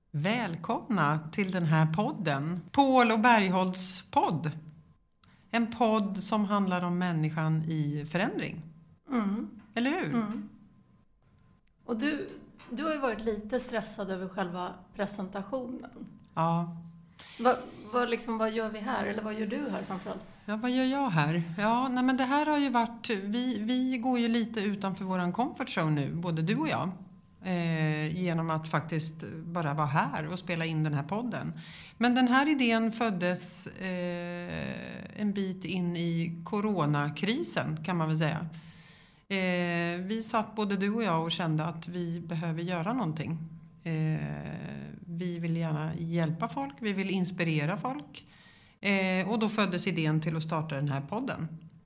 Välkomna till den här podden. Paul och Bergholtz podd. En podd som handlar om människan i förändring. Eller hur? Och du har ju varit lite stressad över själva presentationen. Ja. Vad gör vi här? Eller vad gör du här framförallt? Ja, vad gör jag här? Ja, men det här har ju varit... Vi går ju lite utanför våran comfort zone nu, både du och jag. Genom att faktiskt bara vara här och spela in den här podden. Men den här idén föddes en bit in i coronakrisen, kan man väl säga. Vi satt både du och jag och kände att vi behöver göra någonting. Vi vill gärna hjälpa folk, vi vill inspirera folk. Och då föddes idén till att starta den här podden.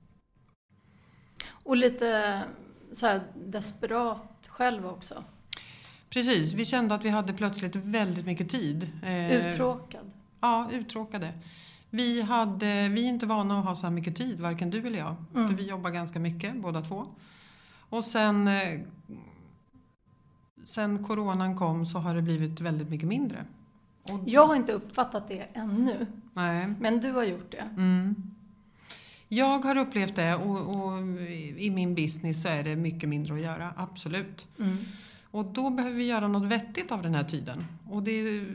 Och lite så här desperat själv också. Precis, vi kände att vi hade plötsligt väldigt mycket tid. Uttråkad. Ja, uttråkade. Vi är inte vana att ha så här mycket tid, varken du eller jag. För vi jobbar ganska mycket, båda två. Och sen coronan kom så har det blivit väldigt mycket mindre. Jag har inte uppfattat det ännu. Nej. Men du har gjort det. Jag har upplevt det och i min business så är det mycket mindre att göra, absolut. Och då behöver vi göra något vettigt av den här tiden. Och det är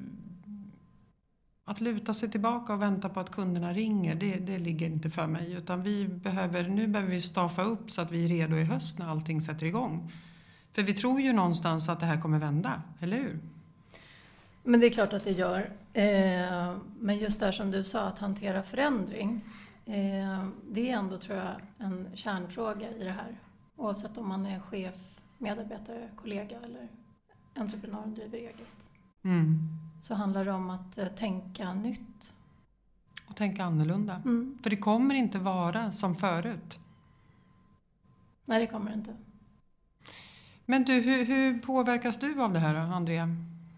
att luta sig tillbaka och vänta på att kunderna ringer, det ligger inte för mig. Utan nu behöver vi staffa upp så att vi är redo i höst när allting sätter igång. För vi tror ju någonstans att det här kommer vända, eller hur? Men det är klart att det gör. Men just där som du sa, att hantera förändring. Det är ändå, tror jag, en kärnfråga i det här. Oavsett om man är chef, medarbetare, kollega eller entreprenör och driver eget. Så handlar det om att tänka nytt. Och tänka annorlunda. För det kommer inte vara som förut. Nej, det kommer det inte. Men du, hur påverkas du av det här, Andrea?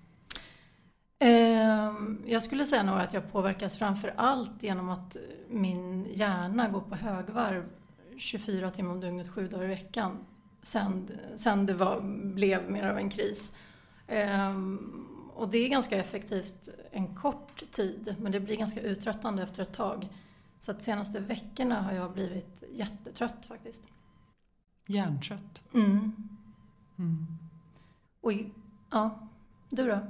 Jag skulle säga nog att jag påverkas framför allt genom att min hjärna går på högvarv 24 timmar om dygnet, 7 dagar i veckan. Sen det blev mer av en kris. Och det är ganska effektivt en kort tid, men det blir ganska uttröttande efter ett tag. Så att de senaste veckorna har jag blivit jättetrött faktiskt. Hjärntrött. Och ja, du då?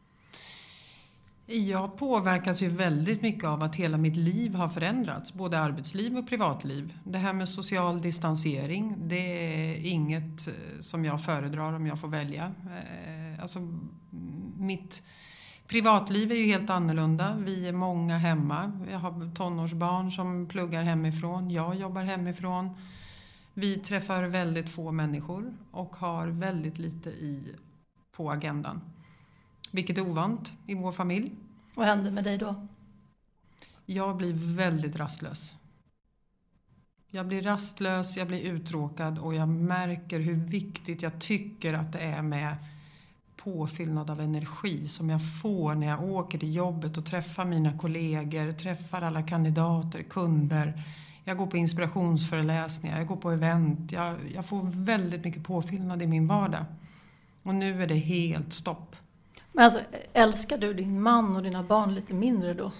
Jag påverkas ju väldigt mycket av att hela mitt liv har förändrats. Både arbetsliv och privatliv. Det här med social distansering, det är inget som jag föredrar om jag får välja. Alltså, mitt privatliv är ju helt annorlunda. Vi är många hemma. Jag har tonårsbarn som pluggar hemifrån. Jag jobbar hemifrån. Vi träffar väldigt få människor och har väldigt lite på agendan. Vilket är ovant i vår familj. Vad händer med dig då? Jag blir väldigt rastlös. Jag blir rastlös, jag blir uttråkad och jag märker hur viktigt jag tycker att det är med påfyllnad av energi som jag får när jag åker till jobbet och träffar mina kollegor, träffar alla kandidater, kunder. Jag går på inspirationsföreläsningar, jag går på event. Jag får väldigt mycket påfyllnad i min vardag. Och nu är det helt stopp. Men alltså, älskar du din man och dina barn lite mindre då?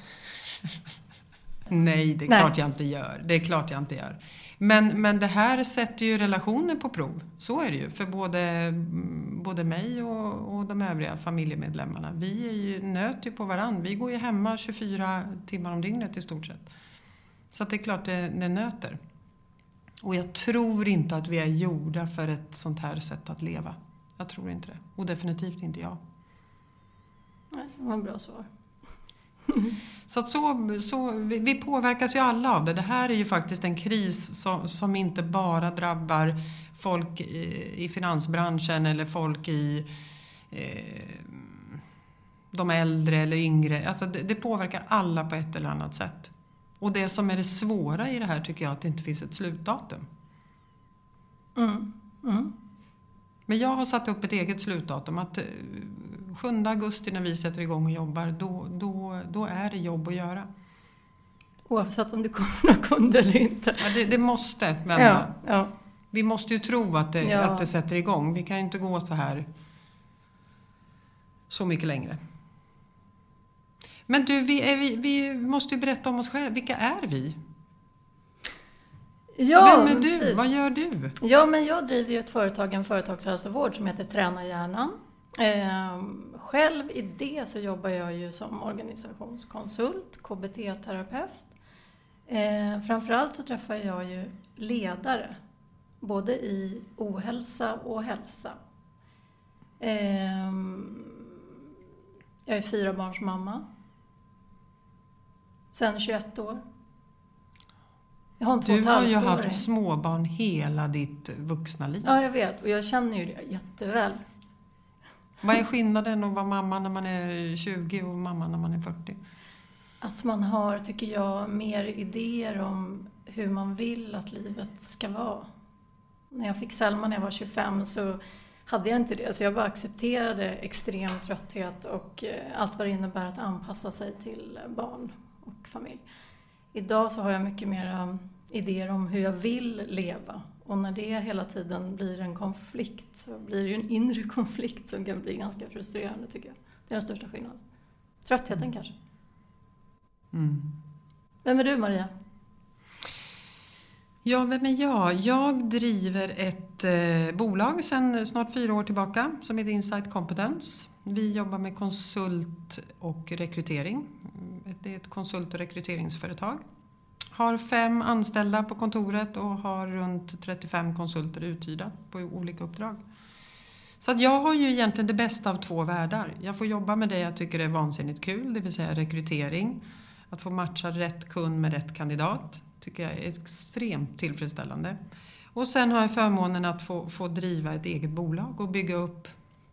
Nej, det är klart jag inte gör. Det är klart jag inte gör. Men det här sätter ju relationer på prov. Så är det ju för både mig och de övriga familjemedlemmarna. Vi nöter ju på varann. Vi går ju hemma 24 timmar om dygnet i stort sett. Så att det är klart det nöter. Och jag tror inte att vi är gjorda för ett sånt här sätt att leva. Jag tror inte det. Och definitivt inte jag. Nej, det var en bra svar. Så vi påverkas ju alla av det. Det här är ju faktiskt en kris som inte bara drabbar folk i finansbranschen eller folk i de äldre eller yngre. Alltså det påverkar alla på ett eller annat sätt. Och det som är det svåra i det här tycker jag att det inte finns ett slutdatum. Men jag har satt upp ett eget slutdatum att 7 augusti när vi sätter igång och jobbar, då är det jobb att göra. Oavsett om det kommer några kunder eller inte. Ja, det måste vända. Ja. Vi måste ju tro att det sätter igång. Vi kan ju inte gå så här så mycket längre. Men du, vi måste ju berätta om oss själva. Vilka är vi? Ja, vem är du? precis. Vad gör du? Ja, men jag driver ju ett företag, en företagshälsovård som heter Träna hjärnan. Själv i det så jobbar jag ju som organisationskonsult, KBT-terapeut. Framförallt så träffar jag ju ledare, både i ohälsa och hälsa. Jag är 4 barns mamma. Sen 21 år. Jag har en 2,5-åring. Du har ju haft småbarn hela ditt vuxna liv. Ja, jag vet. Och jag känner ju det jätteväl. Vad är skillnaden att vara mamma när man är 20 och mamma när man är 40? Att man har, tycker jag, mer idéer om hur man vill att livet ska vara. När jag fick Selma när jag var 25 så hade jag inte det. Så jag bara accepterade extrem trötthet och allt vad det innebär att anpassa sig till barn och familj. Idag så har jag mycket mer idéer om hur jag vill leva. Och när det hela tiden blir en konflikt så blir det ju en inre konflikt som kan bli ganska frustrerande, tycker jag. Det är den största skillnaden. Tröttheten kanske. Mm. Vem är du, Maria? Ja, vem är jag? Jag driver ett bolag sedan snart 4 år tillbaka som heter Insight Competence. Vi jobbar med konsult och rekrytering. Det är ett konsult- och rekryteringsföretag. Har 5 anställda på kontoret och har runt 35 konsulter uthyrda på olika uppdrag. Så att jag har ju egentligen det bästa av 2 världar. Jag får jobba med det jag tycker är vansinnigt kul, det vill säga rekrytering. Att få matcha rätt kund med rätt kandidat tycker jag är extremt tillfredsställande. Och sen har jag förmånen att få driva ett eget bolag och bygga upp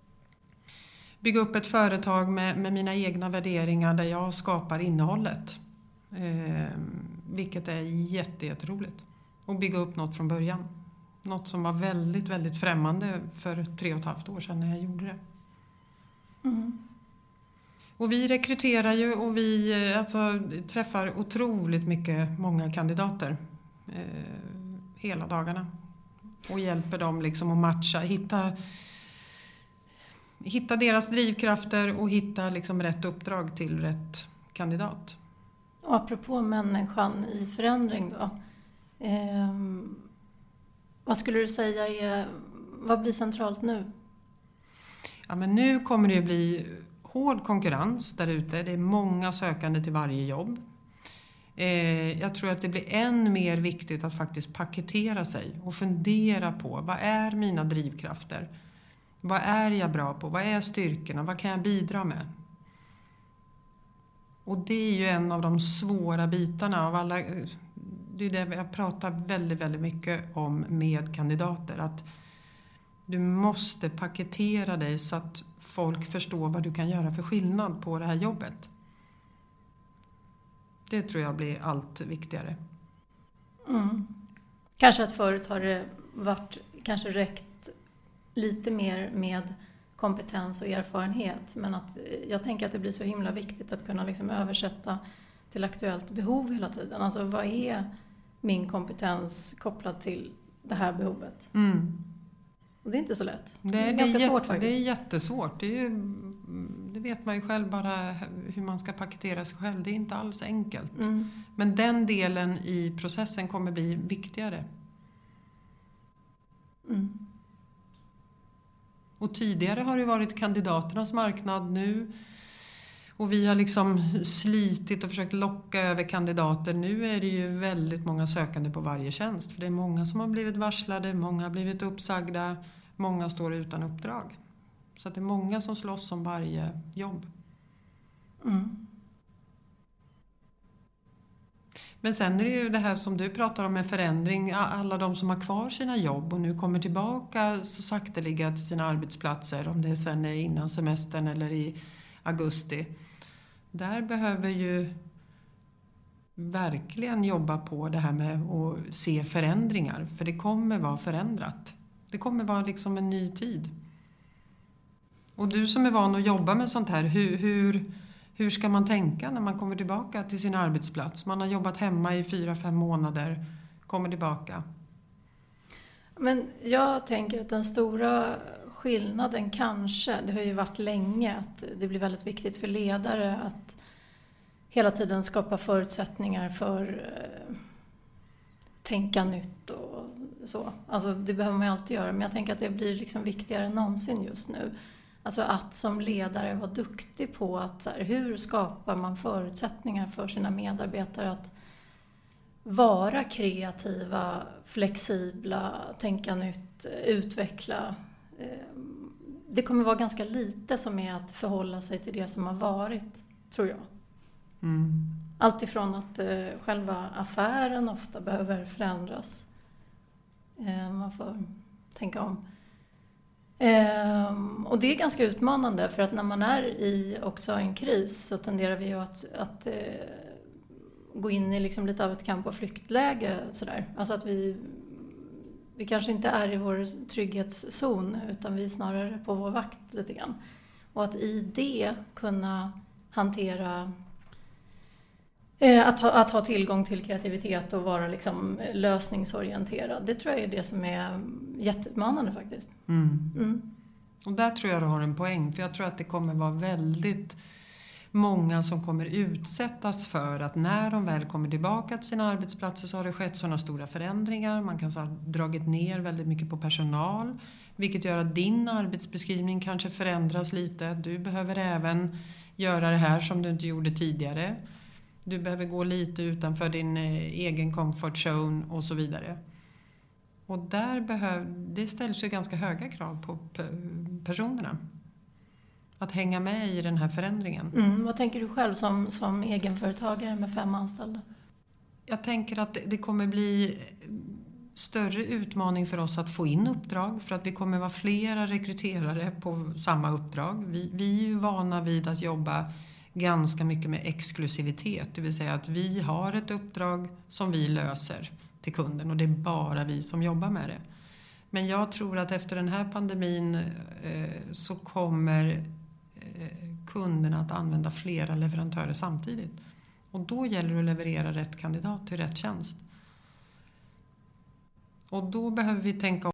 ett företag med mina egna värderingar där jag skapar innehållet. Vilket är jätteroligt. Och bygga upp något från början. Något som var väldigt, väldigt främmande för 3,5 år sedan när jag gjorde det. Mm. Och vi rekryterar ju och vi träffar otroligt många kandidater hela dagarna. Och hjälper dem liksom att matcha, hitta deras drivkrafter och hitta liksom rätt uppdrag till rätt kandidat. Och apropå människan i förändring då. Vad skulle du säga vad blir centralt nu? Ja, men nu kommer det bli hård konkurrens där ute. Det är många sökande till varje jobb. Jag tror att det blir än mer viktigt att faktiskt paketera sig och fundera på vad är mina drivkrafter? Vad är jag bra på? Vad är styrkorna? Vad kan jag bidra med? Och det är ju en av de svåra bitarna av alla. Det är det jag pratar väldigt, väldigt mycket om med kandidater. Att du måste paketera dig så att folk förstår vad du kan göra för skillnad på det här jobbet. Det tror jag blir allt viktigare. Mm. Kanske att förut har det kanske räckt lite mer med kompetens och erfarenhet. Men att jag tänker att det blir så himla viktigt att kunna liksom översätta till aktuellt behov hela tiden. Alltså vad är min kompetens kopplad till det här behovet? Mm. Och det är inte så lätt. Det är ganska svårt faktiskt. Det är jättesvårt. Det vet man ju själv bara hur man ska paketera sig själv. Det är inte alls enkelt. Mm. Men den delen i processen kommer bli viktigare. Mm. Och tidigare har det varit kandidaternas marknad nu. Och vi har liksom slitit och försökt locka över kandidater. Nu är det ju väldigt många sökande på varje tjänst. För det är många som har blivit varslade, många har blivit uppsagda, många står utan uppdrag. Så att det är många som slåss om varje jobb. Mm. Men sen är det ju det här som du pratar om med förändring. Alla de som har kvar sina jobb och nu kommer tillbaka så sakteliga till sina arbetsplatser. Om det sen är innan semestern eller i augusti. Där behöver ju verkligen jobba på det här med att se förändringar. För det kommer vara förändrat. Det kommer vara liksom en ny tid. Och du som är van att jobba med sånt här, hur ska man tänka när man kommer tillbaka till sin arbetsplats? Man har jobbat hemma i 4-5 månader, kommer tillbaka. Men jag tänker att den stora skillnaden kanske, det har ju varit länge, att det blir väldigt viktigt för ledare att hela tiden skapa förutsättningar för tänka nytt och så. Alltså det behöver man ju alltid göra, men jag tänker att det blir liksom viktigare än någonsin just nu. Alltså att som ledare vara duktig på att så här, hur skapar man förutsättningar för sina medarbetare att vara kreativa, flexibla, tänka nytt, utveckla. Det kommer vara ganska lite som är att förhålla sig till det som har varit, tror jag. Allt ifrån att själva affären ofta behöver förändras. Man får tänka om. Och det är ganska utmanande, för att när man är i också en kris så tenderar vi ju att gå in i liksom lite av ett kamp- och flyktläge. Sådär. Alltså att vi kanske inte är i vår trygghetszon, utan vi är snarare på vår vakt lite grann. Och att i det kunna hantera att ha tillgång till kreativitet och vara liksom lösningsorienterad. Det tror jag är det som är jätteutmanande faktiskt. Och där tror jag du har en poäng. För jag tror att det kommer vara väldigt många som kommer utsättas för att när de väl kommer tillbaka till sina arbetsplatser så har det skett sådana stora förändringar. Man kan ha dragit ner väldigt mycket på personal. Vilket gör att din arbetsbeskrivning kanske förändras lite. Du behöver även göra det här som du inte gjorde tidigare. Du behöver gå lite utanför din egen comfort zone och så vidare. Och det ställs ju ganska höga krav på personerna. Att hänga med i den här förändringen. Vad tänker du själv som egenföretagare med 5 anställda? Jag tänker att det kommer bli större utmaning för oss att få in uppdrag. För att vi kommer vara flera rekryterare på samma uppdrag. Vi är ju vana vid att jobba ganska mycket med exklusivitet. Det vill säga att vi har ett uppdrag som vi löser till kunden och det är bara vi som jobbar med det. Men jag tror att efter den här pandemin så kommer kunderna att använda flera leverantörer samtidigt. Och då gäller det att leverera rätt kandidat till rätt tjänst. Och då behöver vi tänka